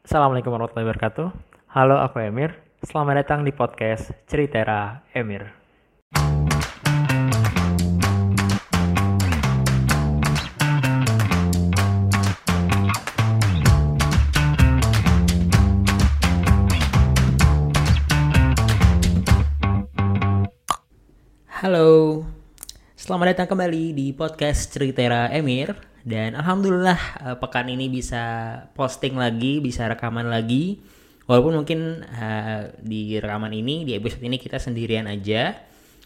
Assalamualaikum warahmatullahi wabarakatuh. Halo, aku Emir. Selamat datang di podcast Ceritera Emir. Halo, selamat datang kembali di podcast Ceritera Emir. Dan alhamdulillah pekan ini bisa posting lagi, bisa rekaman lagi. Walaupun mungkin di rekaman ini, di episode ini kita sendirian aja.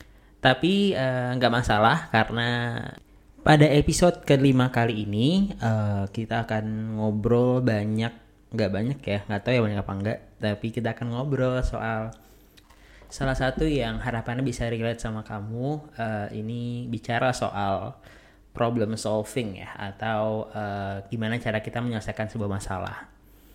Tapi nggak masalah karena pada episode kelima kali ini kita akan ngobrol nggak banyak ya, nggak tahu ya banyak apa enggak. Tapi kita akan ngobrol soal salah satu yang harapannya bisa relate sama kamu. Ini bicara soal problem solving ya, atau gimana cara kita menyelesaikan sebuah masalah.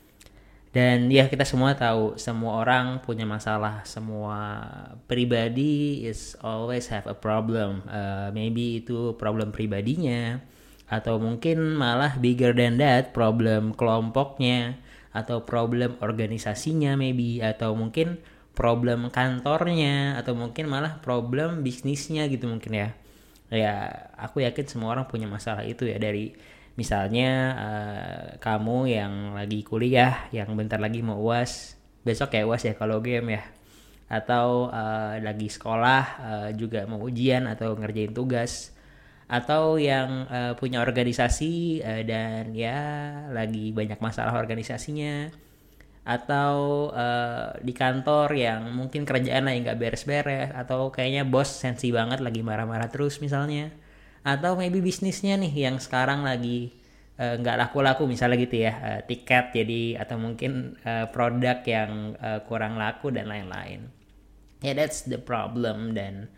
Dan ya kita semua tahu, semua orang punya masalah, semua pribadi is always have a problem. Maybe itu problem pribadinya, atau mungkin malah bigger than that, problem kelompoknya, atau problem organisasinya maybe, atau mungkin problem kantornya, atau mungkin malah problem bisnisnya gitu mungkin ya. Ya aku yakin semua orang punya masalah itu ya, dari misalnya kamu yang lagi kuliah, yang bentar lagi mau UAS, besok ya UAS ya kalau game ya, atau lagi sekolah juga mau ujian atau ngerjain tugas, atau yang punya organisasi dan ya lagi banyak masalah organisasinya, atau di kantor yang mungkin kerjaan lagi nggak beres-beres, atau kayaknya bos sensi banget lagi marah-marah terus misalnya, atau maybe bisnisnya nih yang sekarang lagi nggak laku-laku misalnya gitu ya, tiket jadi, atau mungkin produk yang kurang laku dan lain-lain. Ya that's the problem. Dan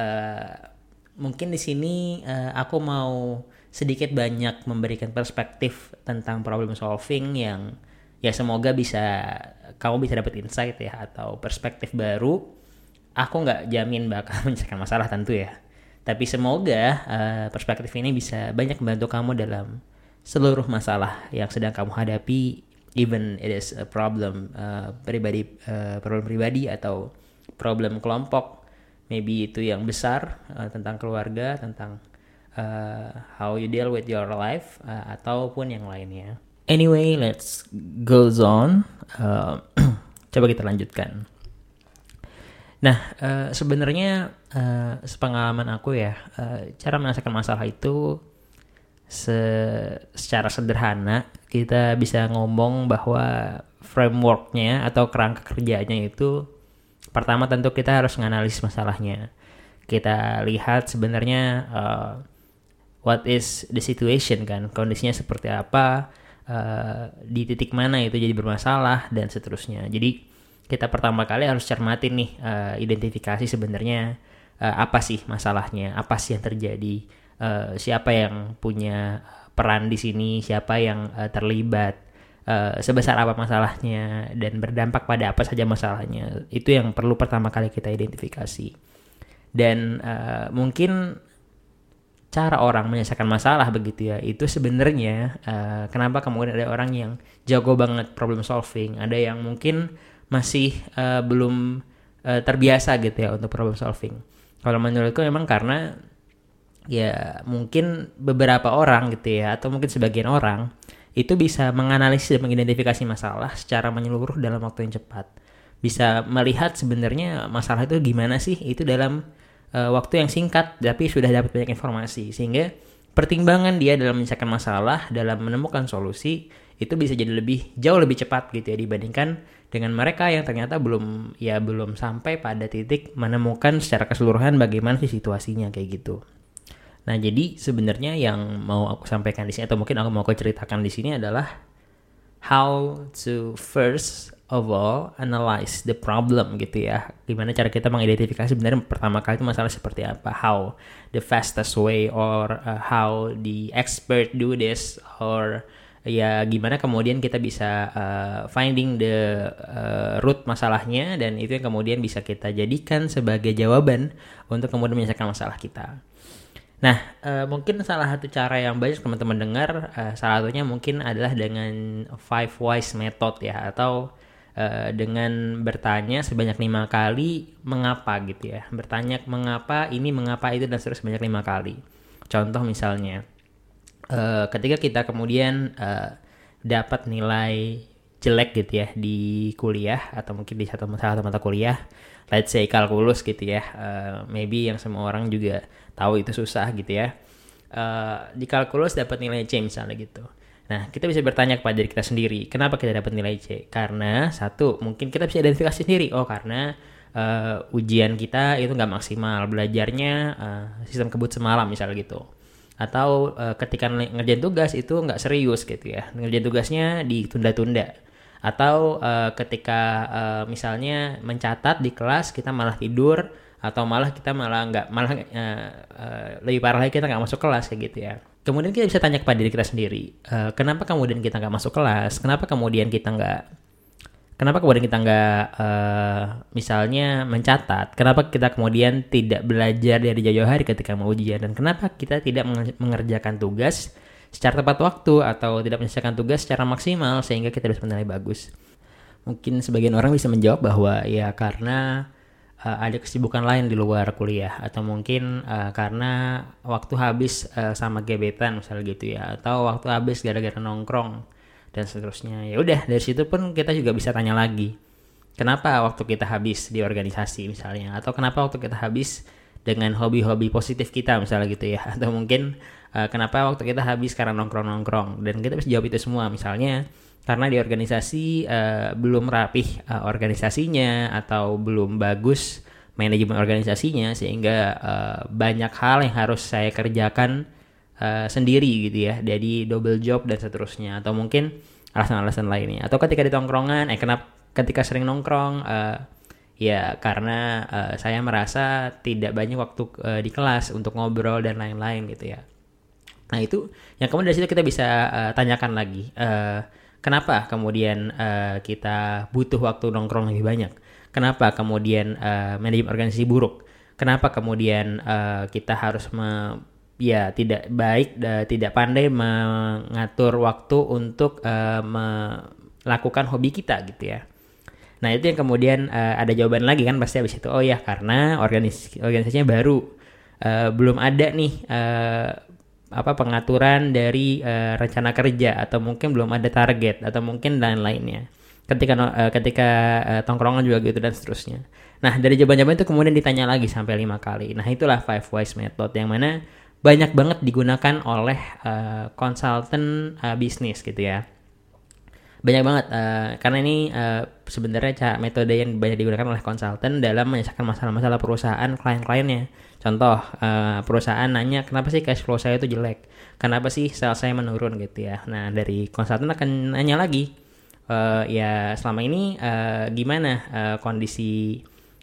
mungkin di sini aku mau sedikit banyak memberikan perspektif tentang problem solving yang ya semoga kamu bisa dapat insight ya, atau perspektif baru. Aku nggak jamin bakal menyelesaikan masalah tentu ya, tapi semoga perspektif ini bisa banyak membantu kamu dalam seluruh masalah yang sedang kamu hadapi, even it is a problem problem pribadi atau problem kelompok, maybe itu yang besar, tentang keluarga, tentang how you deal with your life, ataupun yang lainnya. Anyway, let's go on. Coba kita lanjutkan. Nah, sebenarnya sepengalaman aku ya, cara menyelesaikan masalah itu secara sederhana kita bisa ngomong bahwa frameworknya atau kerangka kerjanya itu, pertama tentu kita harus menganalisis masalahnya. Kita lihat sebenarnya what is the situation kan, kondisinya seperti apa, di titik mana itu jadi bermasalah, dan seterusnya. Jadi kita pertama kali harus cermatin nih, identifikasi sebenarnya apa sih masalahnya, apa sih yang terjadi, siapa yang punya peran di sini, siapa yang terlibat, sebesar apa masalahnya, dan berdampak pada apa saja masalahnya. Itu yang perlu pertama kali kita identifikasi. Dan mungkin cara orang menyelesaikan masalah begitu ya, itu sebenarnya kenapa kemudian ada orang yang jago banget problem solving, ada yang mungkin masih belum terbiasa gitu ya untuk problem solving. Kalau menurutku memang karena ya mungkin beberapa orang gitu ya, atau mungkin sebagian orang itu bisa menganalisis dan mengidentifikasi masalah secara menyeluruh dalam waktu yang cepat, bisa melihat sebenarnya masalah itu gimana sih itu dalam waktu yang singkat, tapi sudah dapat banyak informasi, sehingga pertimbangan dia dalam menyelesaikan masalah, dalam menemukan solusi itu bisa jadi jauh lebih cepat gitu ya, dibandingkan dengan mereka yang ternyata belum sampai pada titik menemukan secara keseluruhan bagaimana sih situasinya kayak gitu. Nah, jadi sebenarnya yang mau aku sampaikan di sini, atau mungkin aku mau ceritakan di sini adalah how to first of all analyze the problem gitu ya. Gimana cara kita mengidentifikasi sebenarnya pertama kali itu masalah seperti apa, how the fastest way, or how the expert do this, or ya gimana kemudian kita bisa finding the root masalahnya, dan itu yang kemudian bisa kita jadikan sebagai jawaban untuk kemudian menyelesaikan masalah kita. Nah, mungkin salah satu cara yang banyak teman-teman dengar, salah satunya mungkin adalah dengan five whys method ya, atau dengan bertanya sebanyak 5 kali mengapa gitu ya. Bertanya mengapa ini, mengapa itu, dan seterusnya sebanyak 5 kali. Contoh misalnya, ketika kita kemudian dapat nilai jelek gitu ya di kuliah, atau mungkin di salah satu mata kuliah, let's say kalkulus gitu ya, maybe yang semua orang juga tahu itu susah gitu ya. Di kalkulus dapat nilai C misalnya gitu. Nah, kita bisa bertanya kepada diri kita sendiri, kenapa kita dapat nilai C? Karena satu, mungkin kita bisa identifikasi sendiri, oh karena ujian kita itu nggak maksimal, belajarnya sistem kebut semalam misalnya gitu. Atau ketika ngerjain tugas itu nggak serius gitu ya, ngerjain tugasnya ditunda-tunda. Atau ketika misalnya mencatat di kelas kita malah tidur, atau malah kita lebih parah lagi kita nggak masuk kelas kayak gitu ya. Kemudian kita bisa tanya kepada diri kita sendiri, kenapa kemudian kita nggak masuk kelas, kenapa kemudian kita nggak misalnya mencatat, kenapa kita kemudian tidak belajar dari jauh-jauh hari ketika mau ujian, dan kenapa kita tidak mengerjakan tugas secara tepat waktu atau tidak menyelesaikan tugas secara maksimal sehingga kita bisa menilai bagus. Mungkin sebagian orang bisa menjawab bahwa ya karena ada kesibukan lain di luar kuliah, atau mungkin karena waktu habis sama gebetan misalnya gitu ya, atau waktu habis gara-gara nongkrong dan seterusnya. Ya udah, dari situ pun kita juga bisa tanya lagi, kenapa waktu kita habis di organisasi misalnya, atau kenapa waktu kita habis dengan hobi-hobi positif kita misalnya gitu ya, atau mungkin kenapa waktu kita habis karena nongkrong-nongkrong. Dan kita bisa jawab itu semua, misalnya karena di organisasi belum rapih organisasinya, atau belum bagus manajemen organisasinya, sehingga banyak hal yang harus saya kerjakan sendiri gitu ya, jadi double job dan seterusnya. Atau mungkin alasan-alasan lainnya. Atau ketika di tongkrongan, ketika sering nongkrong, ya karena saya merasa tidak banyak waktu di kelas untuk ngobrol dan lain-lain gitu ya. Nah itu yang kemudian dari situ kita bisa tanyakan lagi, kenapa kemudian kita butuh waktu nongkrong lebih banyak, kenapa kemudian manajemen organisasi buruk, kenapa kemudian kita harus tidak baik, tidak pandai mengatur waktu untuk melakukan hobi kita gitu ya. Nah itu yang kemudian ada jawaban lagi kan pasti habis itu, oh ya karena organisasinya baru, belum ada nih pengaturan dari rencana kerja, atau mungkin belum ada target, atau mungkin lain-lainnya. Ketika tongkrongan juga gitu dan seterusnya. Nah dari jawaban-jawaban itu kemudian ditanya lagi sampai 5 kali. Nah itulah five whys method yang mana banyak banget digunakan oleh konsultan bisnis gitu ya. Banyak banget karena ini sebenarnya metode yang banyak digunakan oleh konsultan dalam menyelesaikan masalah-masalah perusahaan klien-kliennya. Contoh, perusahaan nanya kenapa sih cash flow saya itu jelek, kenapa sih sales saya menurun gitu ya. Nah dari konsultan akan nanya lagi, ya selama ini gimana kondisi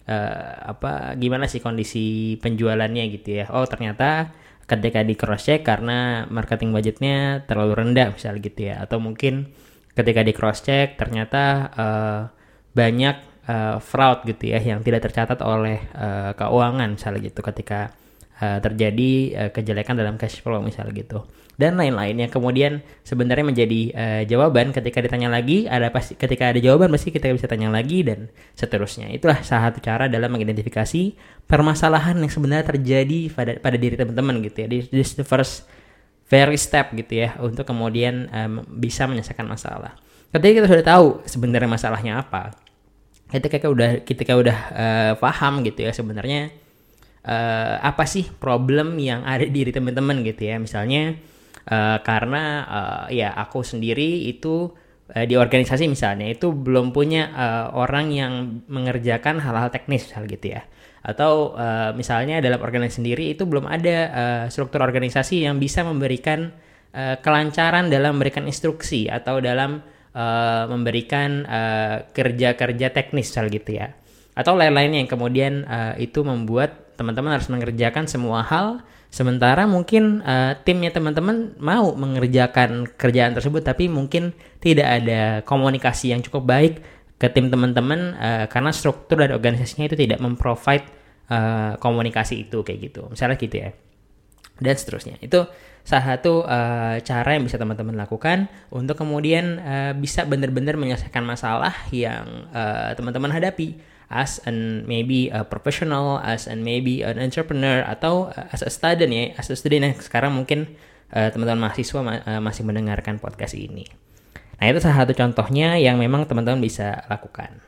gimana sih kondisi penjualannya gitu ya. Oh ternyata ketika di cross check karena marketing budgetnya terlalu rendah misalnya gitu ya. Atau mungkin ketika di cross check ternyata banyak fraud gitu ya yang tidak tercatat oleh keuangan misalnya gitu, ketika terjadi kejelekan dalam cash flow misalnya gitu, dan lain-lain yang kemudian sebenarnya menjadi jawaban ketika ditanya lagi. Ketika ada jawaban pasti kita bisa tanya lagi dan seterusnya. Itulah salah satu cara dalam mengidentifikasi permasalahan yang sebenarnya terjadi pada diri teman-teman gitu ya. This is the first very step gitu ya untuk kemudian bisa menyelesaikan masalah. Ketika kita sudah tahu sebenarnya masalahnya apa, ketika udah paham gitu ya sebenarnya apa sih problem yang ada di diri teman-teman gitu ya. Misalnya karena ya aku sendiri itu di organisasi misalnya itu belum punya orang yang mengerjakan hal-hal teknis misal gitu ya. Atau misalnya dalam organisasi sendiri itu belum ada struktur organisasi yang bisa memberikan kelancaran dalam memberikan instruksi atau dalam memberikan kerja-kerja teknis misal gitu ya. Atau lain-lainnya yang kemudian itu membuat teman-teman harus mengerjakan semua hal, sementara mungkin timnya teman-teman mau mengerjakan kerjaan tersebut tapi mungkin tidak ada komunikasi yang cukup baik ke tim teman-teman karena struktur dari organisasinya itu tidak memprovide komunikasi itu kayak gitu. Misalnya gitu ya. dan seterusnya. Itu salah satu cara yang bisa teman-teman lakukan untuk kemudian bisa benar-benar menyelesaikan masalah yang teman-teman hadapi as an maybe a professional, as an maybe an entrepreneur, atau as a student ya, as a student yang sekarang mungkin teman-teman mahasiswa masih mendengarkan podcast ini. Nah, itu salah satu contohnya yang memang teman-teman bisa lakukan.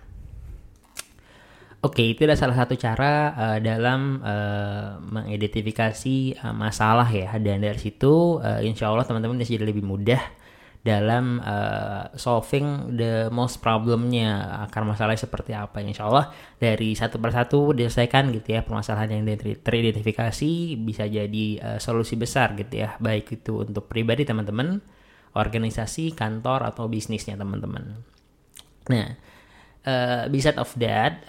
Oke, itu adalah salah satu cara dalam mengidentifikasi masalah ya. Dan dari situ insya Allah teman-teman bisa jadi lebih mudah dalam solving the most problemnya, akar masalahnya seperti apa. Insya Allah dari satu persatu diselesaikan gitu ya, permasalahan yang teridentifikasi bisa jadi solusi besar gitu ya. Baik itu untuk pribadi teman-teman, organisasi, kantor, atau bisnisnya teman-teman. Nah, besides of that,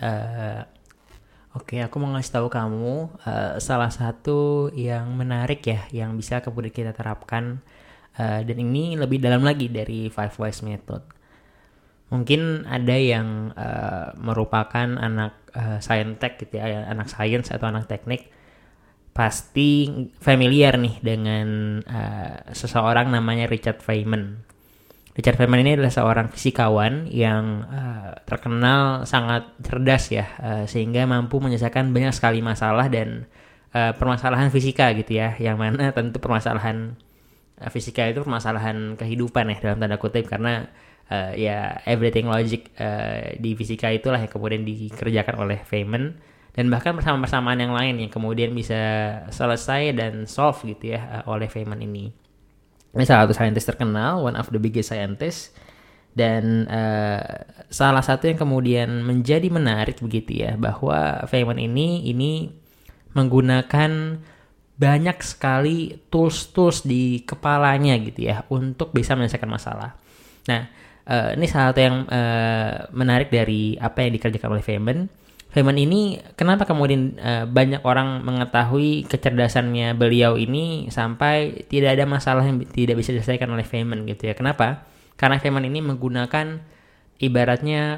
oke, aku mau ngasih tahu kamu salah satu yang menarik ya, yang bisa kemudian kita terapkan, dan ini lebih dalam lagi dari 5 Wise Method. Mungkin ada yang merupakan anak saintek gitu ya, anak sains atau anak teknik, pasti familiar nih dengan seseorang namanya Richard Feynman. Richard Feynman ini adalah seorang fisikawan yang terkenal sangat cerdas ya, sehingga mampu menyelesaikan banyak sekali masalah dan permasalahan fisika gitu ya, yang mana tentu permasalahan fisika itu permasalahan kehidupan ya dalam tanda kutip, karena ya everything logic di fisika itulah yang kemudian dikerjakan oleh Feynman, dan bahkan persamaan-persamaan yang lain yang kemudian bisa selesai dan solve gitu ya oleh Feynman ini. Ini salah satu saintis terkenal, one of the biggest scientists, dan salah satu yang kemudian menjadi menarik begitu ya, bahwa Feynman ini menggunakan banyak sekali tools di kepalanya gitu ya untuk bisa menyelesaikan masalah. Nah, ini salah satu yang menarik dari apa yang dikerjakan oleh Feynman. Feynman ini kenapa kemudian banyak orang mengetahui kecerdasannya beliau ini sampai tidak ada masalah yang tidak bisa diselesaikan oleh Feynman gitu ya. Kenapa? Karena Feynman ini menggunakan ibaratnya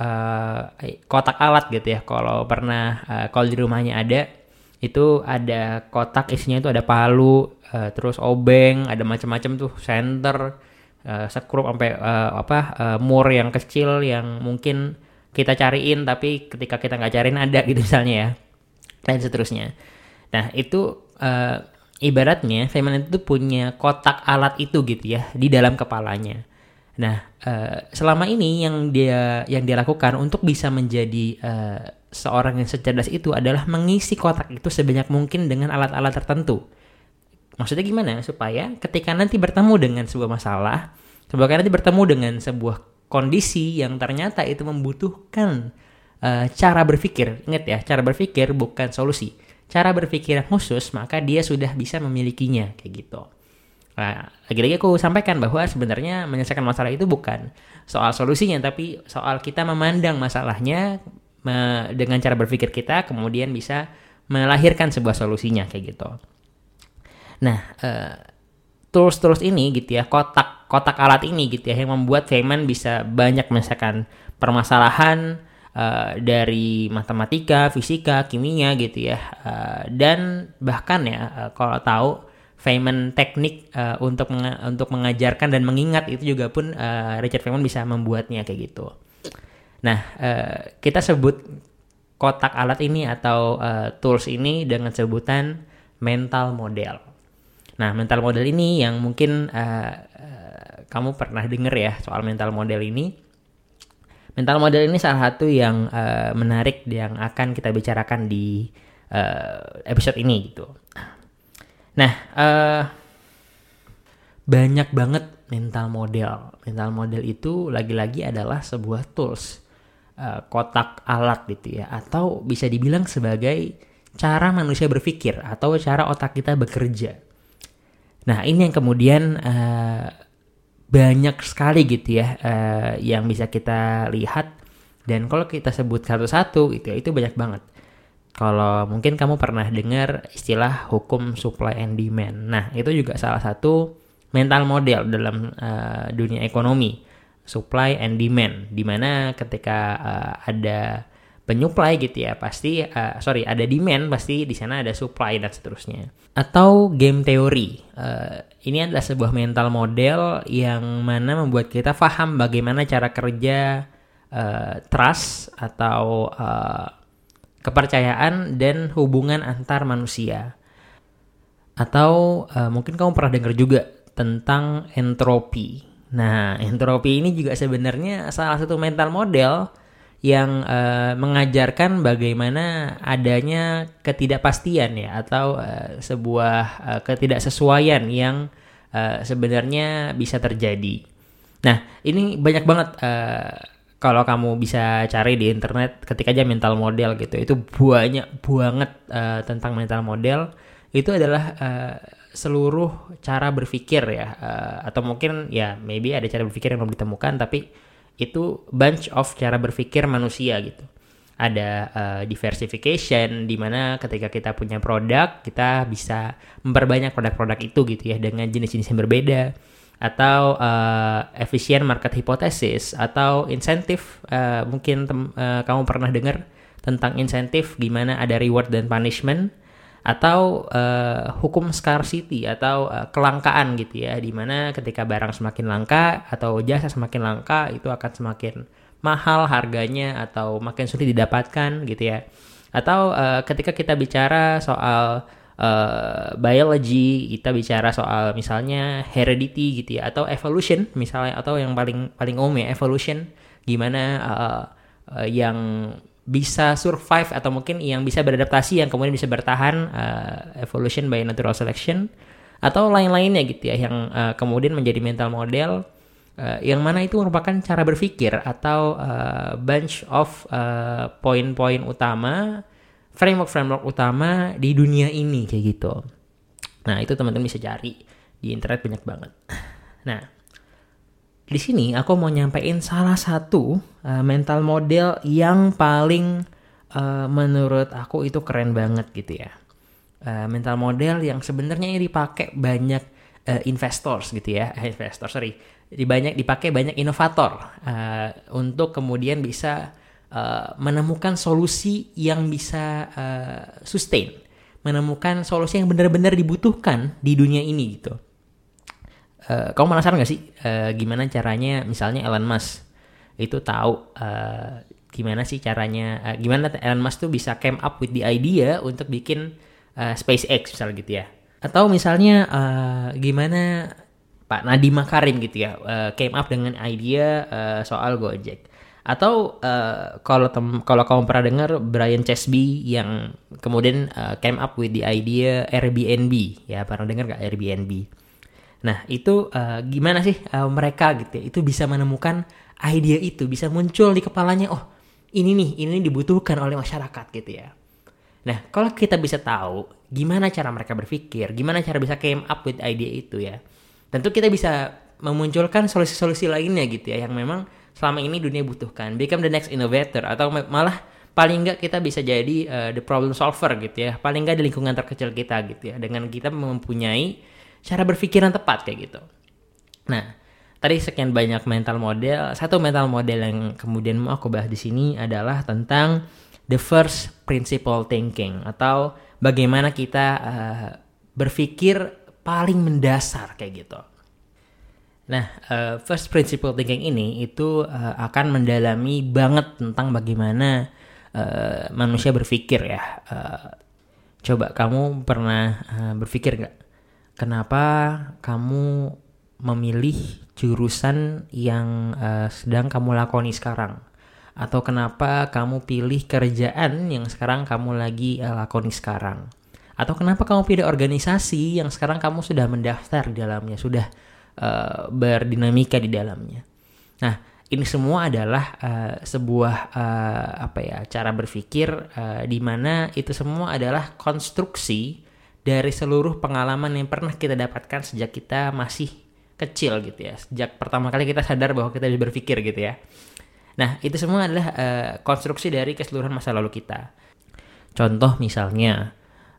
kotak alat gitu ya. Kalau pernah kalau di rumahnya itu ada kotak, isinya itu ada palu, terus obeng, ada macam-macam tuh, senter, skrup sampai mur yang kecil yang mungkin kita cariin tapi ketika kita nggak cariin ada gitu misalnya ya, dan seterusnya. Nah itu ibaratnya Feynman itu punya kotak alat itu gitu ya di dalam kepalanya. Nah selama ini yang dia lakukan untuk bisa menjadi seorang yang secerdas itu adalah mengisi kotak itu sebanyak mungkin dengan alat-alat tertentu. Maksudnya gimana? Supaya ketika nanti bertemu dengan sebuah masalah, nanti bertemu dengan sebuah kondisi yang ternyata itu membutuhkan cara berpikir. Ingat ya, cara berpikir bukan solusi. Cara berpikir yang khusus, maka dia sudah bisa memilikinya kayak gitu. Nah, lagi-lagi aku sampaikan bahwa sebenarnya menyelesaikan masalah itu bukan soal solusinya, tapi soal kita memandang masalahnya dengan cara berpikir kita, kemudian bisa melahirkan sebuah solusinya kayak gitu. Nah, tools ini gitu ya, kotak alat ini gitu ya, yang membuat Feynman bisa banyak menyelesaikan permasalahan dari matematika, fisika, kimia gitu ya, dan bahkan ya kalau tahu Feynman teknik untuk mengajarkan dan mengingat itu juga pun Richard Feynman bisa membuatnya kayak gitu. Nah, kita sebut kotak alat ini atau tools ini dengan sebutan mental model. Nah, mental model ini yang mungkin kamu pernah dengar ya soal mental model ini. Mental model ini salah satu yang menarik yang akan kita bicarakan di episode ini gitu. Nah, banyak banget mental model. Mental model itu lagi-lagi adalah sebuah tools, kotak alat gitu ya, atau bisa dibilang sebagai cara manusia berpikir atau cara otak kita bekerja. Nah, ini yang kemudian banyak sekali gitu ya yang bisa kita lihat, dan kalau kita sebut satu-satu gitu ya, itu banyak banget. Kalau mungkin kamu pernah dengar istilah hukum supply and demand. Nah, itu juga salah satu mental model dalam dunia ekonomi, supply and demand, di mana ketika ada penyuplai gitu ya, pasti ada demand, pasti di sana ada supply dan seterusnya. Atau game teori. Ini adalah sebuah mental model yang mana membuat kita paham bagaimana cara kerja trust atau kepercayaan dan hubungan antar manusia. Atau mungkin kamu pernah dengar juga tentang entropi. Nah, entropi ini juga sebenarnya salah satu mental model yang mengajarkan bagaimana adanya ketidakpastian ya, atau sebuah ketidaksesuaian yang sebenarnya bisa terjadi. Nah, ini banyak banget kalau kamu bisa cari di internet, ketik aja mental model gitu. Itu banyak banget tentang mental model. Itu adalah seluruh cara berpikir ya, atau mungkin ya maybe ada cara berpikir yang belum ditemukan, tapi itu bunch of cara berpikir manusia gitu. Ada diversification, di mana ketika kita punya produk, kita bisa memperbanyak produk-produk itu gitu ya, dengan jenis-jenis yang berbeda. Atau efficient market hypothesis, atau insentif. Mungkin kamu pernah dengar tentang insentif, gimana ada reward dan punishment. Atau hukum scarcity, atau kelangkaan gitu ya, dimana ketika barang semakin langka atau jasa semakin langka, itu akan semakin mahal harganya atau makin sulit didapatkan gitu ya. Atau ketika kita bicara soal biology, kita bicara soal misalnya heredity gitu ya, atau evolution misalnya, atau yang paling umum ya, evolution, gimana yang bisa survive atau mungkin yang bisa beradaptasi, yang kemudian bisa bertahan, evolution by natural selection, atau lain-lainnya gitu ya, yang kemudian menjadi mental model, yang mana itu merupakan cara berpikir atau bunch of poin-poin utama, framework utama di dunia ini kayak gitu. Nah, itu teman-teman bisa cari di internet, banyak banget. Nah, di sini aku mau nyampein salah satu mental model yang paling menurut aku itu keren banget gitu ya. Mental model yang sebenarnya dipakai banyak investors gitu ya. Dipakai banyak inovator untuk kemudian bisa menemukan solusi yang bisa sustain, menemukan solusi yang benar-benar dibutuhkan di dunia ini gitu. Kamu penasaran gak sih gimana caranya misalnya Elon Musk itu tahu gimana sih caranya, gimana Elon Musk tuh bisa came up with the idea untuk bikin SpaceX misalnya gitu ya. Atau misalnya gimana Pak Nadiem Makarim gitu ya came up dengan idea soal Gojek. Atau kalau kamu pernah dengar Brian Chesby yang kemudian came up with the idea Airbnb ya, pernah dengar gak Airbnb? Nah, itu gimana sih mereka gitu ya, itu bisa menemukan ide itu, bisa muncul di kepalanya, oh ini dibutuhkan oleh masyarakat gitu ya. Nah, kalau kita bisa tahu gimana cara mereka berpikir, gimana cara bisa came up with idea itu ya, tentu kita bisa memunculkan solusi-solusi lainnya gitu ya, yang memang selama ini dunia butuhkan, become the next innovator, atau malah paling nggak kita bisa jadi the problem solver gitu ya, paling nggak di lingkungan terkecil kita gitu ya, dengan kita mempunyai cara berpikir yang tepat kayak gitu. Nah, tadi sekian banyak mental model. Satu mental model yang kemudian mau aku bahas di sini adalah tentang the first principle thinking, atau bagaimana kita berpikir paling mendasar kayak gitu. Nah, first principle thinking ini itu akan mendalami banget tentang bagaimana manusia berpikir ya. Coba kamu pernah berpikir gak? Kenapa kamu memilih jurusan yang sedang kamu lakoni sekarang? Atau kenapa kamu pilih kerjaan yang sekarang kamu lagi lakoni sekarang? Atau kenapa kamu pilih organisasi yang sekarang kamu sudah mendaftar di dalamnya, sudah berdinamika di dalamnya? Nah, ini semua adalah sebuah cara berpikir di mana itu semua adalah konstruksi dari seluruh pengalaman yang pernah kita dapatkan sejak kita masih kecil gitu ya. Sejak pertama kali kita sadar bahwa kita bisa berpikir gitu ya. Nah, itu semua adalah konstruksi dari keseluruhan masa lalu kita. Contoh misalnya,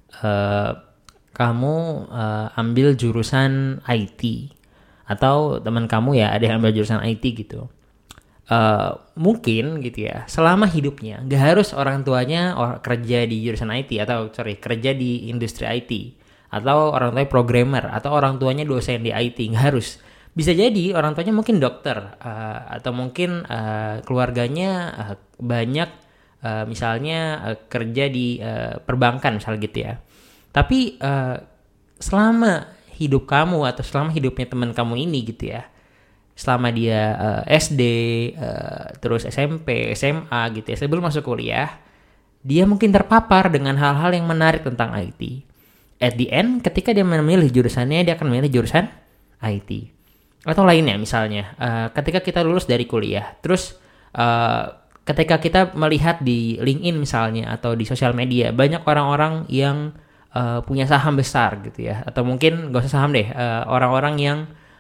kamu ambil jurusan IT. Atau teman kamu ya ada yang ambil jurusan IT gitu. mungkin gitu ya, selama hidupnya nggak harus orang tuanya kerja di jurusan IT atau kerja di industri IT, atau orang tuanya programmer, atau orang tuanya dosen di IT, nggak harus. Bisa jadi orang tuanya mungkin dokter, atau mungkin keluarganya banyak misalnya kerja di perbankan misalnya gitu ya. Tapi selama hidup kamu atau selama hidupnya teman kamu ini gitu ya, selama dia SD, terus SMP, SMA gitu ya, sebelum masuk kuliah, dia mungkin terpapar dengan hal-hal yang menarik tentang IT. At the end, ketika dia memilih jurusannya, dia akan memilih jurusan IT. Atau lainnya misalnya, ketika kita lulus dari kuliah, terus ketika kita melihat di LinkedIn misalnya, atau di sosial media, banyak orang-orang yang punya saham besar gitu ya, atau mungkin gak usah saham deh, orang-orang yang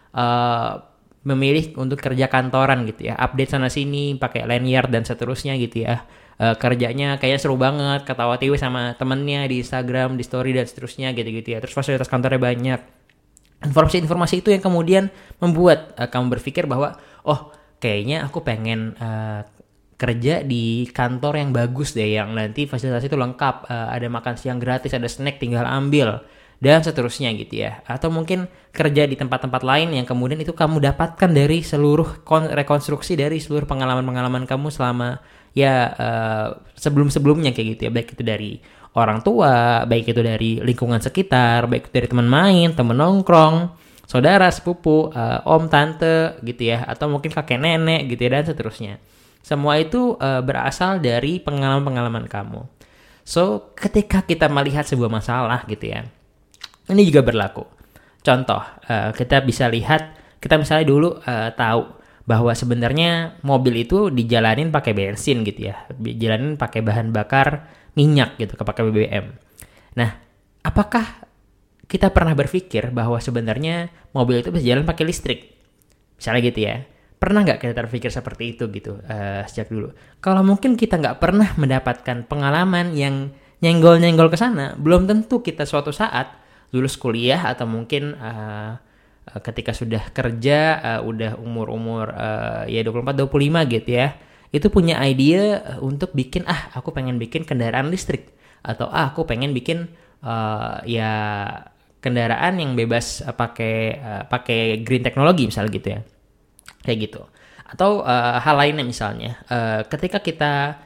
memilih untuk kerja kantoran gitu ya, update sana sini pakai lanyard dan seterusnya gitu ya. Kerjanya kayaknya seru banget, ketawa tiwi sama temennya di Instagram, di story dan seterusnya gitu-gitu ya. Terus fasilitas kantornya banyak. Informasi-informasi itu yang kemudian membuat kamu berpikir bahwa oh kayaknya aku pengen kerja di kantor yang bagus deh, yang nanti fasilitas itu lengkap, ada makan siang gratis, ada snack tinggal ambil dan seterusnya gitu ya. Atau mungkin kerja di tempat-tempat lain yang kemudian itu kamu dapatkan dari seluruh rekonstruksi dari seluruh pengalaman-pengalaman kamu selama sebelum-sebelumnya kayak gitu ya, baik itu dari orang tua, baik itu dari lingkungan sekitar, baik itu dari teman main, teman nongkrong, saudara, sepupu, om, tante gitu ya, atau mungkin kakek nenek gitu ya, dan seterusnya. Semua itu berasal dari pengalaman-pengalaman kamu. So, ketika kita melihat sebuah masalah gitu ya, ini juga berlaku. Contoh, kita bisa lihat, kita misalnya dulu tahu bahwa sebenarnya mobil itu dijalanin pakai bensin gitu ya, dijalanin pakai bahan bakar minyak gitu, pakai BBM. Nah, apakah kita pernah berpikir bahwa sebenarnya mobil itu bisa jalan pakai listrik? Misalnya gitu ya. Pernah nggak kita terpikir seperti itu gitu sejak dulu? Kalau mungkin kita nggak pernah mendapatkan pengalaman yang nyenggol-nyenggol ke sana, belum tentu kita suatu saat lulus kuliah atau mungkin ketika sudah kerja, udah umur-umur ya 24-25 gitu ya, itu punya ide untuk bikin, aku pengen bikin kendaraan listrik, atau aku pengen bikin ya kendaraan yang bebas pakai green technology misalnya gitu ya, kayak gitu. Atau hal lainnya misalnya, ketika kita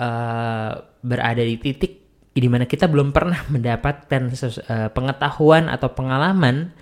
berada di titik di mana kita belum pernah mendapatkan pengetahuan atau pengalaman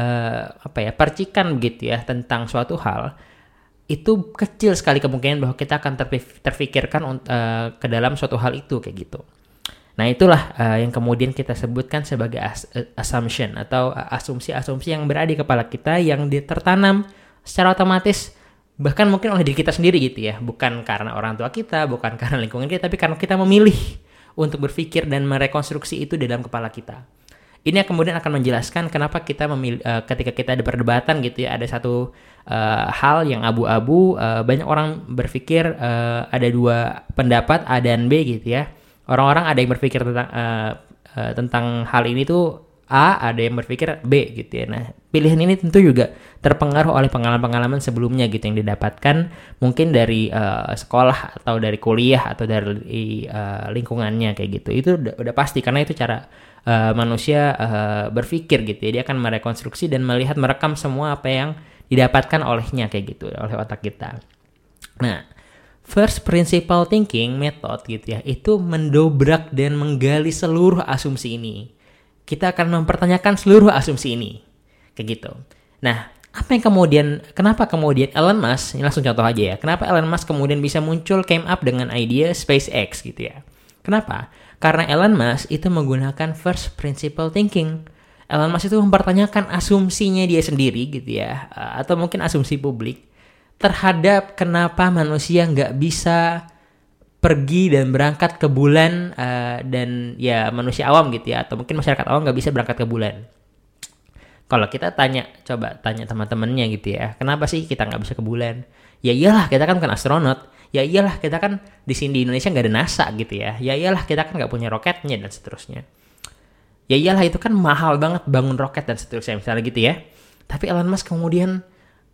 percikan begitu ya tentang suatu hal, itu kecil sekali kemungkinan bahwa kita akan terfikirkan ke dalam suatu hal itu kayak gitu. Nah itulah yang kemudian kita sebutkan sebagai assumption atau asumsi-asumsi yang berada di kepala kita, yang tertanam secara otomatis bahkan mungkin oleh diri kita sendiri gitu ya, bukan karena orang tua kita, bukan karena lingkungan kita, tapi karena kita memilih untuk berpikir dan merekonstruksi itu dalam kepala kita. Ini kemudian akan menjelaskan kenapa kita memilih ketika kita ada perdebatan gitu ya, ada satu hal yang abu-abu, banyak orang berpikir ada dua pendapat A dan B gitu ya. Orang-orang ada yang berpikir tentang hal ini tuh A, ada yang berpikir B gitu ya. Nah, pilihan ini tentu juga terpengaruh oleh pengalaman-pengalaman sebelumnya gitu yang didapatkan mungkin dari sekolah atau dari kuliah atau dari lingkungannya kayak gitu. Itu udah pasti, karena itu cara manusia berpikir gitu ya. Dia akan merekonstruksi dan merekam semua apa yang didapatkan olehnya kayak gitu, oleh otak kita. Nah, first principle thinking method gitu ya, itu mendobrak dan menggali seluruh asumsi ini. Kita akan mempertanyakan seluruh asumsi ini kayak gitu. Nah, kenapa kemudian Elon Musk, ini langsung contoh aja ya, kenapa Elon Musk kemudian bisa muncul came up dengan ide SpaceX gitu ya. Kenapa? Karena Elon Musk itu menggunakan first principle thinking. Elon Musk itu mempertanyakan asumsinya dia sendiri gitu ya, atau mungkin asumsi publik terhadap kenapa manusia nggak bisa pergi dan berangkat ke bulan, dan ya manusia awam gitu ya, atau mungkin masyarakat awam nggak bisa berangkat ke bulan. Kalau kita coba tanya teman-temannya gitu ya, kenapa sih kita nggak bisa ke bulan? Ya iyalah, kita kan bukan astronot. Ya iyalah, kita kan di sini di Indonesia nggak ada NASA gitu ya. Ya iyalah, kita kan nggak punya roketnya dan seterusnya. Ya iyalah, itu kan mahal banget bangun roket dan seterusnya misalnya gitu ya. Tapi Elon Musk kemudian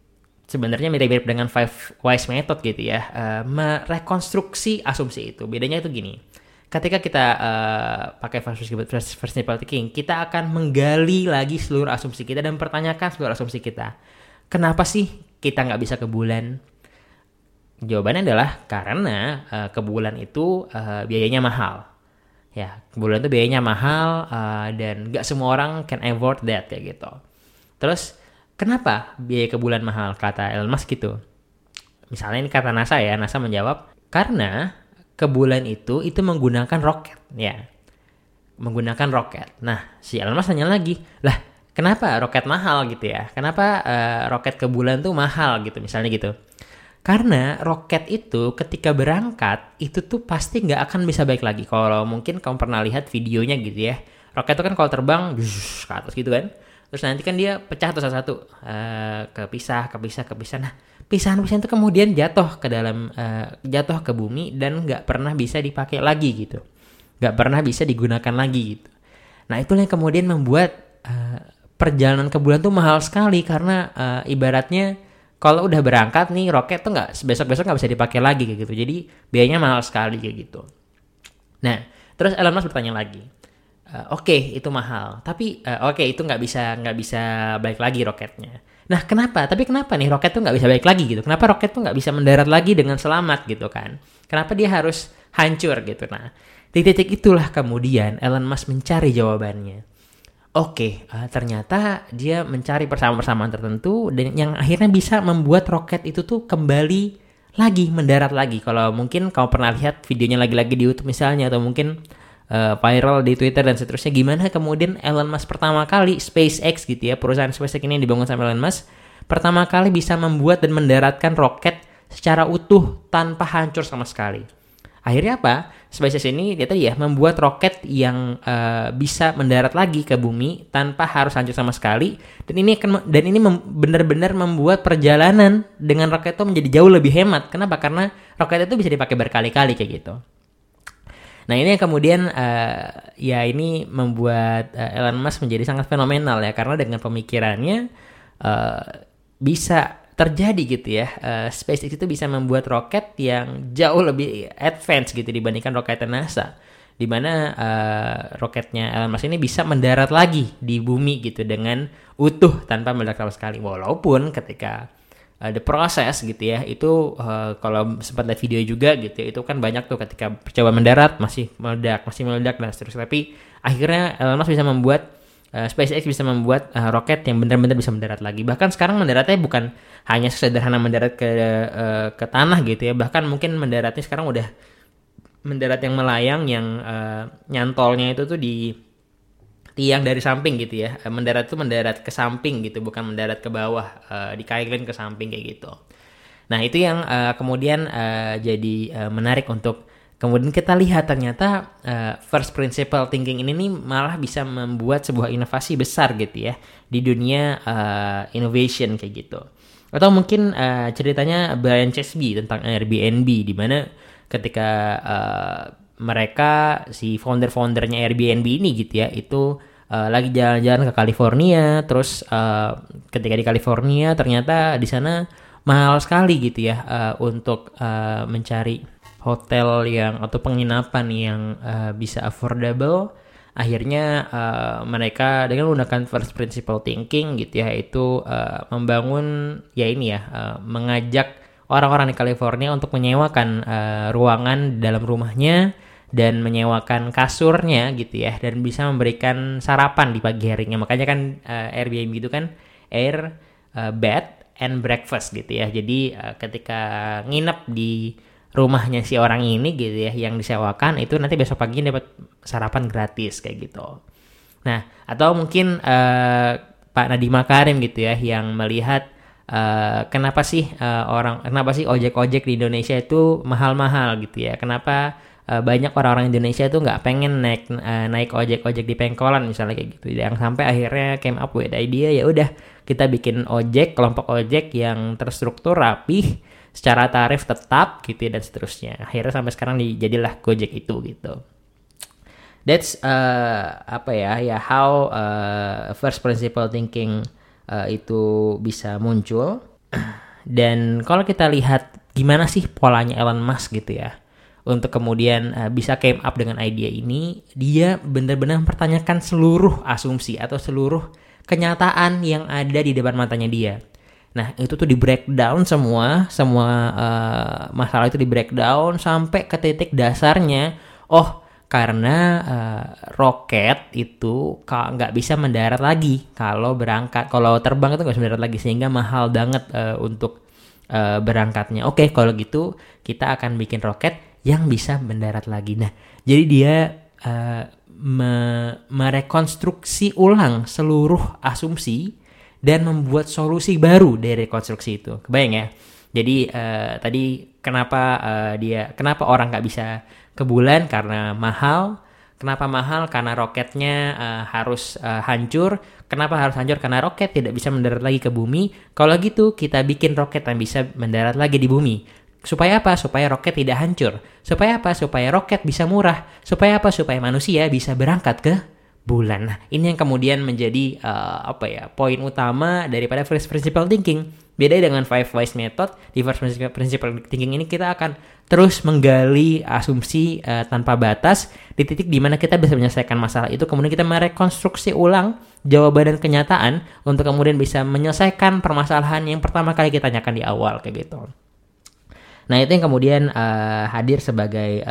sebenarnya mirip-mirip dengan Five Whys Method gitu ya, merekonstruksi asumsi itu. Bedanya itu gini, ketika kita pakai first principle thinking, kita akan menggali lagi seluruh asumsi kita dan mempertanyakan seluruh asumsi kita. Kenapa sih kita nggak bisa ke bulan? Jawabannya adalah karena ke bulan itu biayanya mahal. Ya, ke bulan itu biayanya mahal dan nggak semua orang can afford that kayak gitu. Terus kenapa biaya ke bulan mahal? Kata Elon Musk gitu. Misalnya ini kata NASA ya, NASA menjawab karena ke bulan itu menggunakan roket, ya. Menggunakan roket. Nah, si Elon Musk tanya lagi, lah kenapa roket mahal gitu ya? Kenapa roket ke bulan tuh mahal gitu, misalnya gitu. Karena roket itu ketika berangkat, itu tuh pasti nggak akan bisa balik lagi. Kalau mungkin kamu pernah lihat videonya gitu ya. Roket itu kan kalau terbang, ke atas gitu kan. Terus nanti kan dia pecah tuh satu-satu, kepisah. Nah, pisahan-pisahan itu kemudian jatuh ke dalam, jatuh ke bumi dan nggak pernah bisa dipakai lagi gitu, nggak pernah bisa digunakan lagi gitu. Nah itulah yang kemudian membuat perjalanan ke bulan tuh mahal sekali karena ibaratnya kalau udah berangkat nih roket tuh nggak besok-besok nggak bisa dipakai lagi kayak gitu. Jadi biayanya mahal sekali kayak gitu. Nah terus Elon Musk bertanya lagi. Oke, itu mahal, tapi itu nggak bisa balik lagi roketnya. Nah, kenapa nih roket tuh nggak bisa balik lagi gitu? Kenapa roket tuh nggak bisa mendarat lagi dengan selamat gitu kan? Kenapa dia harus hancur gitu? Nah, di titik itulah kemudian Elon Musk mencari jawabannya. Ternyata dia mencari persamaan-persamaan tertentu dan yang akhirnya bisa membuat roket itu tuh kembali lagi mendarat lagi. Kalau mungkin kamu pernah lihat videonya lagi-lagi di YouTube misalnya, atau mungkin viral di Twitter dan seterusnya, gimana kemudian Elon Musk pertama kali, SpaceX gitu ya, perusahaan SpaceX ini yang dibangun sama Elon Musk, pertama kali bisa membuat dan mendaratkan roket secara utuh tanpa hancur sama sekali. Akhirnya apa? SpaceX ini dia tadi ya membuat roket yang bisa mendarat lagi ke bumi tanpa harus hancur sama sekali, dan ini benar-benar membuat perjalanan dengan roket itu menjadi jauh lebih hemat. Kenapa? Karena roket itu bisa dipakai berkali-kali kayak gitu. Nah ini yang kemudian ini membuat Elon Musk menjadi sangat fenomenal ya, karena dengan pemikirannya bisa terjadi gitu ya. SpaceX itu bisa membuat roket yang jauh lebih advance gitu dibandingkan roket NASA, di mana roketnya Elon Musk ini bisa mendarat lagi di bumi gitu dengan utuh tanpa meledak sama sekali. Walaupun ketika the process gitu ya, itu kalau sempat lihat video juga gitu ya, itu kan banyak tuh ketika coba mendarat masih meledak dan seterusnya. Tapi akhirnya Elon Musk bisa membuat SpaceX bisa membuat roket yang benar-benar bisa mendarat lagi. Bahkan sekarang mendaratnya bukan hanya sederhana mendarat ke tanah gitu ya, bahkan mungkin mendaratnya sekarang udah mendarat yang melayang, yang nyantolnya itu tuh di tiang dari samping gitu ya. Mendarat ke samping gitu, bukan mendarat ke bawah, di kairin ke samping kayak gitu. Nah itu yang kemudian jadi menarik untuk kemudian kita lihat, ternyata first principle thinking ini nih malah bisa membuat sebuah inovasi besar gitu ya di dunia innovation kayak gitu. Atau mungkin ceritanya Brian Chesky tentang Airbnb, di mana ketika mereka si founder-foundernya Airbnb ini gitu ya, itu lagi jalan-jalan ke California, terus ketika di California ternyata di sana mahal sekali gitu ya untuk mencari hotel yang atau penginapan yang bisa affordable. Akhirnya mereka dengan menggunakan first principle thinking gitu ya, itu membangun mengajak orang-orang di California untuk menyewakan ruangan dalam rumahnya dan menyewakan kasurnya gitu ya, dan bisa memberikan sarapan di pagi harinya. Makanya kan Airbnb itu kan air, bed and breakfast gitu ya. Jadi ketika nginep di rumahnya si orang ini gitu ya yang disewakan, itu nanti besok pagi dapat sarapan gratis kayak gitu. Nah, atau mungkin Pak Nadiem Makarim gitu ya yang melihat kenapa sih ojek-ojek di Indonesia itu mahal-mahal gitu ya. Kenapa banyak orang-orang Indonesia itu nggak pengen naik ojek-ojek di pengkolan misalnya kayak gitu. Yang sampai akhirnya came up with idea, ya udah kita bikin kelompok ojek yang terstruktur rapih, secara tarif tetap gitu dan seterusnya. Akhirnya sampai sekarang jadilah Gojek itu gitu. That's how first principle thinking itu bisa muncul. Dan kalau kita lihat gimana sih polanya Elon Musk gitu ya, untuk kemudian bisa came up dengan ide ini, dia benar-benar mempertanyakan seluruh asumsi atau seluruh kenyataan yang ada di depan matanya dia. Nah, itu tuh di breakdown semua masalah itu di breakdown sampai ke titik dasarnya. Oh, karena roket itu nggak bisa mendarat lagi kalau terbang itu nggak bisa mendarat lagi, sehingga mahal banget untuk berangkatnya. Oke, kalau gitu kita akan bikin roket yang bisa mendarat lagi. Nah, jadi dia merekonstruksi ulang seluruh asumsi dan membuat solusi baru dari rekonstruksi itu. Kebayang ya? Jadi tadi kenapa orang nggak bisa ke bulan? Karena mahal. Kenapa mahal? Karena roketnya harus hancur. Kenapa harus hancur? Karena roket tidak bisa mendarat lagi ke bumi. Kalau gitu kita bikin roket yang bisa mendarat lagi di bumi. Supaya apa? Supaya roket tidak hancur. Supaya apa? Supaya roket bisa murah. Supaya apa? Supaya manusia bisa berangkat ke bulan. Nah, ini yang kemudian menjadi poin utama daripada first principle thinking. Beda dengan five whys method, di first principle thinking ini kita akan terus menggali asumsi tanpa batas di titik di mana kita bisa menyelesaikan masalah itu, kemudian kita merekonstruksi ulang jawaban dan kenyataan untuk kemudian bisa menyelesaikan permasalahan yang pertama kali kita tanyakan di awal kayak gitu. Nah, itu yang kemudian hadir sebagai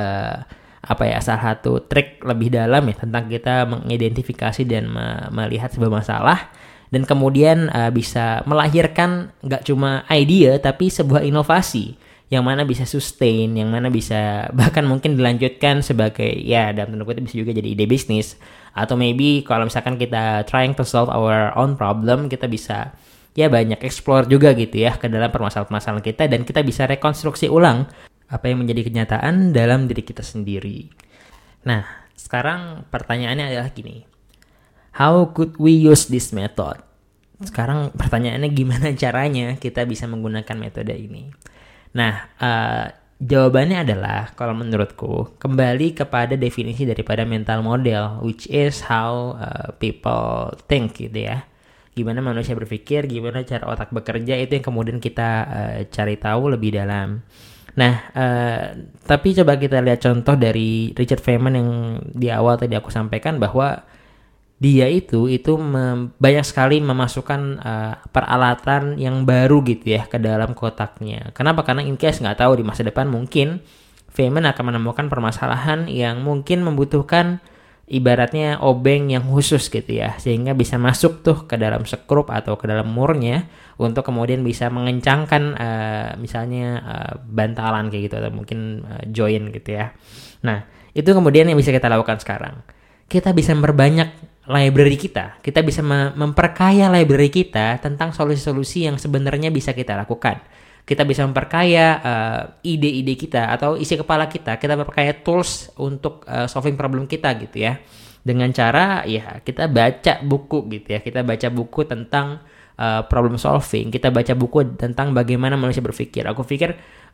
salah satu trik lebih dalam ya tentang kita mengidentifikasi dan melihat sebuah masalah, dan kemudian bisa melahirkan nggak cuma ide tapi sebuah inovasi yang mana bisa sustain, yang mana bisa bahkan mungkin dilanjutkan sebagai dalam tanda kutip bisa juga jadi ide bisnis, atau maybe kalau misalkan kita trying to solve our own problem, kita bisa banyak explore juga gitu ya ke dalam permasalahan-permasalahan kita, dan kita bisa rekonstruksi ulang apa yang menjadi kenyataan dalam diri kita sendiri. Nah, sekarang pertanyaannya adalah gini. How could we use this method? Sekarang pertanyaannya gimana caranya kita bisa menggunakan metode ini? Nah, jawabannya adalah kalau menurutku kembali kepada definisi daripada mental model, which is how people think gitu ya. Gimana manusia berpikir, gimana cara otak bekerja, itu yang kemudian kita cari tahu lebih dalam. Nah, tapi coba kita lihat contoh dari Richard Feynman yang di awal tadi aku sampaikan, bahwa dia itu banyak sekali memasukkan peralatan yang baru gitu ya ke dalam kotaknya. Kenapa? Karena in case nggak tahu di masa depan mungkin Feynman akan menemukan permasalahan yang mungkin membutuhkan ibaratnya obeng yang khusus gitu ya, sehingga bisa masuk tuh ke dalam sekrup atau ke dalam murnya untuk kemudian bisa mengencangkan misalnya bantalan kayak gitu, atau mungkin join gitu ya. Nah, itu kemudian yang bisa kita lakukan sekarang. Kita bisa memperbanyak library kita bisa memperkaya library kita tentang solusi-solusi yang sebenarnya bisa kita lakukan. Kita bisa memperkaya ide-ide kita atau isi kepala kita memperkaya tools untuk solving problem kita gitu ya. Dengan cara kita baca buku gitu ya. Kita baca buku tentang problem solving. Kita baca buku tentang bagaimana manusia berpikir. Aku pikir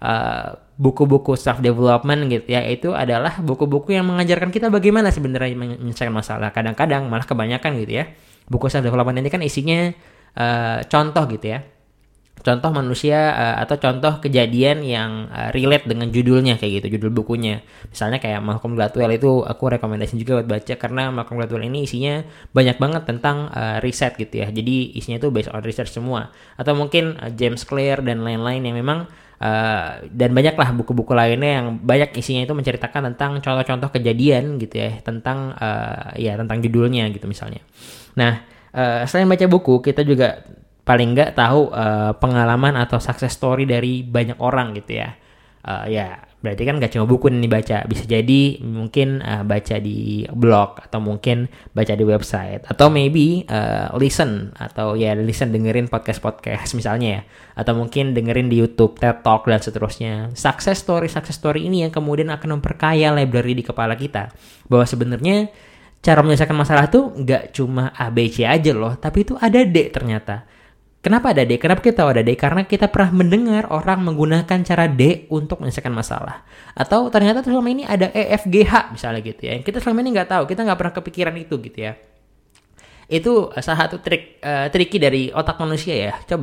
buku-buku self development gitu ya, itu adalah buku-buku yang mengajarkan kita bagaimana sebenarnya menyelesaikan masalah. Kadang-kadang malah kebanyakan gitu ya. Buku self development ini kan isinya contoh gitu ya. Contoh manusia atau contoh kejadian yang relate dengan judulnya kayak gitu, judul bukunya. Misalnya kayak Malcolm Gladwell, itu aku rekomendasi juga buat baca, karena Malcolm Gladwell ini isinya banyak banget tentang riset gitu ya. Jadi isinya itu based on research semua. Atau mungkin James Clear dan lain-lain yang memang dan banyaklah buku-buku lainnya yang banyak isinya itu menceritakan tentang contoh-contoh kejadian gitu ya, tentang tentang judulnya gitu misalnya. Nah, selain baca buku, kita juga paling nggak tahu pengalaman atau success story dari banyak orang gitu ya. Berarti kan nggak cuma buku ini baca, bisa jadi mungkin baca di blog, atau mungkin baca di website, atau maybe listen dengerin podcast misalnya ya, atau mungkin dengerin di YouTube, TED Talk dan seterusnya. Success story ini yang kemudian akan memperkaya library di kepala kita, bahwa sebenarnya cara menyelesaikan masalah tuh nggak cuma A, B, C aja loh, tapi itu ada D ternyata. Kenapa ada D? Kenapa kita tahu ada D? Karena kita pernah mendengar orang menggunakan cara D untuk menyelesaikan masalah. Atau ternyata selama ini ada E, F, G, H misalnya gitu ya. Yang kita selama ini nggak tahu, kita nggak pernah kepikiran itu gitu ya. Itu salah satu tricky dari otak manusia ya. Coba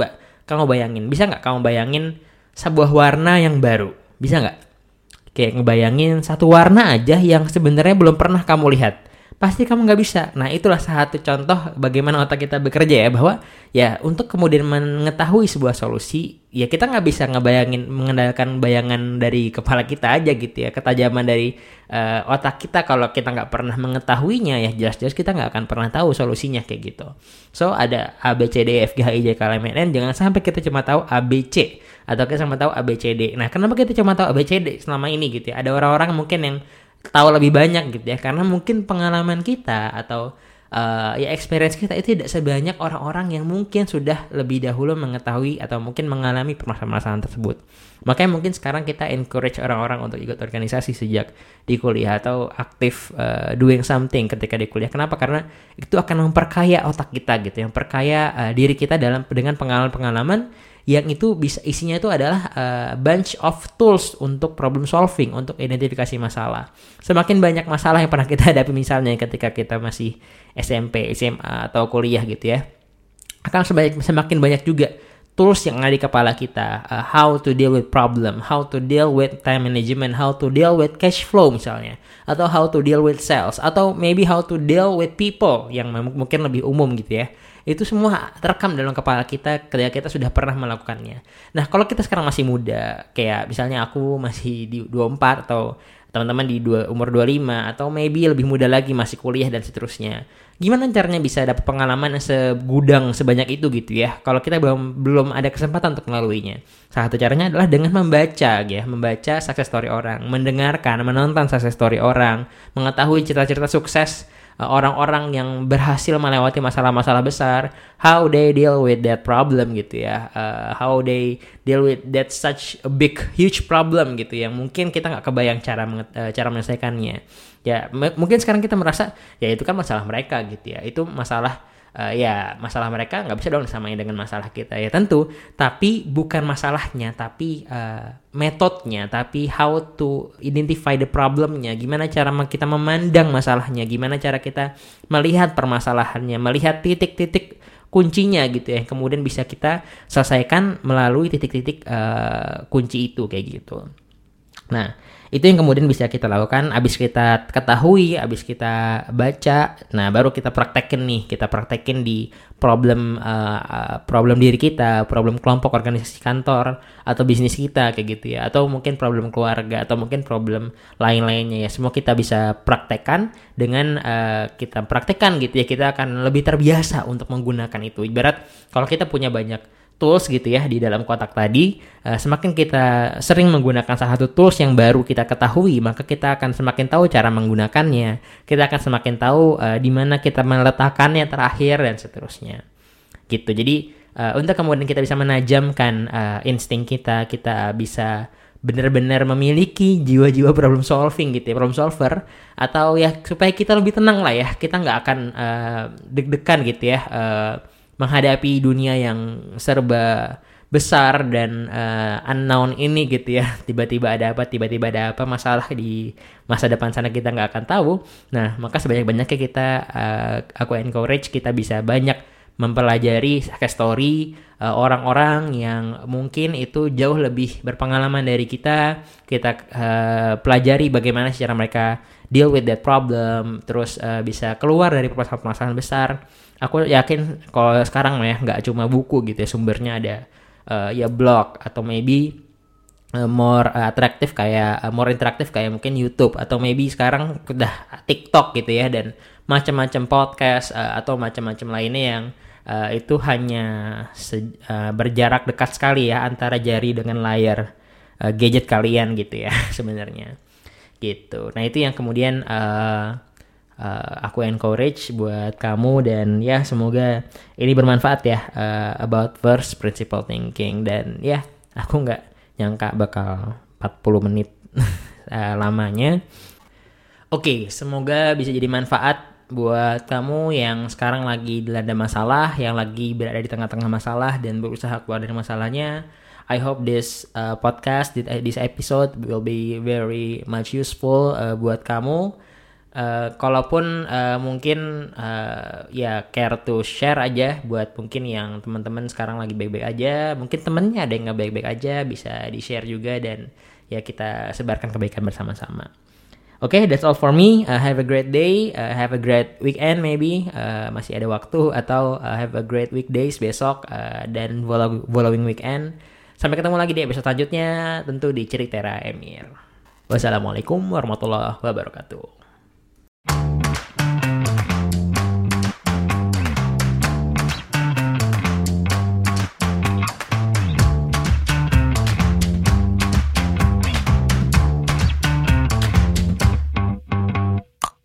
kamu bayangin, bisa nggak kamu bayangin sebuah warna yang baru? Bisa nggak? Kayak ngebayangin satu warna aja yang sebenarnya belum pernah kamu lihat. Pasti kamu nggak bisa. Nah, itulah satu contoh bagaimana otak kita bekerja ya, bahwa ya untuk kemudian mengetahui sebuah solusi, ya kita nggak bisa ngebayangin, mengandalkan bayangan dari kepala kita aja gitu ya, ketajaman dari otak kita. Kalau kita nggak pernah mengetahuinya, ya jelas-jelas kita nggak akan pernah tahu solusinya kayak gitu. So, ada A, B, C, D, F, G, H, I, J, K, L, M, N, jangan sampai kita cuma tahu A, B, C, atau kita cuma tahu A, B, C, D. Nah, kenapa kita cuma tahu A, B, C, D selama ini gitu ya? Ada orang-orang mungkin yang tahu lebih banyak gitu ya, karena mungkin pengalaman kita atau ya experience kita itu tidak sebanyak orang-orang yang mungkin sudah lebih dahulu mengetahui atau mungkin mengalami permasalahan tersebut. Makanya mungkin sekarang kita encourage orang-orang untuk ikut organisasi sejak di kuliah atau aktif doing something ketika di kuliah. Kenapa? Karena itu akan memperkaya otak kita gitu, yang perkaya diri kita dengan pengalaman-pengalaman yang itu bisa isinya itu adalah bunch of tools untuk problem solving, untuk identifikasi masalah. Semakin banyak masalah yang pernah kita hadapi misalnya ketika kita masih SMP, SMA atau kuliah gitu ya, akan semakin banyak juga tools yang ada di kepala kita, how to deal with problem, how to deal with time management, how to deal with cash flow misalnya, atau how to deal with sales, atau maybe how to deal with people yang mungkin lebih umum gitu ya. Itu semua terekam dalam kepala kita ketika kita sudah pernah melakukannya. Nah, kalau kita sekarang masih muda, kayak misalnya aku masih di 24 atau teman-teman di umur 25 atau maybe lebih muda lagi masih kuliah dan seterusnya. Gimana caranya bisa dapat pengalaman segudang sebanyak itu gitu ya? Kalau kita belum ada kesempatan untuk melaluinya. Salah satu caranya adalah dengan membaca success story orang, mendengarkan, menonton success story orang, mengetahui cerita-cerita sukses orang-orang yang berhasil melewati masalah-masalah besar, how they deal with that problem gitu ya, how they deal with that such a big huge problem gitu yang mungkin kita nggak kebayang cara menyelesaikannya. Ya mungkin sekarang kita merasa ya itu kan masalah mereka gitu ya, itu masalah ya masalah mereka nggak bisa dong disamain dengan masalah kita ya tentu, tapi bukan masalahnya, tapi metodenya, tapi how to identify the problemnya, gimana cara kita memandang masalahnya, gimana cara kita melihat permasalahannya, melihat titik-titik kuncinya gitu ya, kemudian bisa kita selesaikan melalui titik-titik kunci itu kayak gitu. Nah, itu yang kemudian bisa kita lakukan abis kita ketahui, abis kita baca, nah baru kita praktekin di problem diri kita, problem kelompok, organisasi kantor atau bisnis kita kayak gitu ya, atau mungkin problem keluarga atau mungkin problem lain-lainnya ya, semua kita bisa praktekkan. Dengan kita praktekkan gitu ya, kita akan lebih terbiasa untuk menggunakan itu. Ibarat kalau kita punya banyak tools gitu ya di dalam kotak tadi, semakin kita sering menggunakan salah satu tools yang baru kita ketahui, maka kita akan semakin tahu cara menggunakannya, kita akan semakin tahu di mana kita meletakkannya terakhir dan seterusnya gitu. Jadi untuk kemudian kita bisa menajamkan insting kita bisa benar-benar memiliki jiwa-jiwa problem solving gitu ya, problem solver, atau ya supaya kita lebih tenang lah ya, kita nggak akan deg-degan gitu ya menghadapi dunia yang serba besar dan unknown ini gitu ya. Tiba-tiba ada apa masalah di masa depan sana kita nggak akan tahu. Nah, maka sebanyak-banyaknya kita aku encourage kita bisa banyak mempelajari success story orang-orang yang mungkin itu jauh lebih berpengalaman dari kita. Kita pelajari bagaimana cara mereka deal with that problem, terus bisa keluar dari permasalahan besar. Aku yakin kalau sekarang ya nggak cuma buku gitu ya, sumbernya ada ya blog atau maybe more interaktif kayak mungkin YouTube, atau maybe sekarang udah TikTok gitu ya, dan macam-macam podcast atau macam-macam lainnya yang itu hanya berjarak dekat sekali ya antara jari dengan layar gadget kalian gitu ya sebenarnya gitu. Nah itu yang kemudian aku encourage buat kamu, dan ya semoga ini bermanfaat ya about first principle thinking. Dan ya aku nggak nyangka bakal 40 menit lamanya. Oke, semoga bisa jadi manfaat buat kamu yang sekarang lagi dilanda masalah, yang lagi berada di tengah-tengah masalah dan berusaha keluar dari masalahnya. I hope this podcast, this episode will be very much useful buat kamu. Kalaupun mungkin ya care to share aja buat mungkin yang teman-teman sekarang lagi baik-baik aja, mungkin temennya ada yang nggak baik-baik aja, bisa di share juga dan ya kita sebarkan kebaikan bersama-sama. Oke, that's all for me. Have a great day, have a great weekend maybe, masih ada waktu, atau have a great weekdays besok dan following weekend. Sampai ketemu lagi di episode selanjutnya, tentu di Cerita Emir. Wassalamualaikum warahmatullahi wabarakatuh.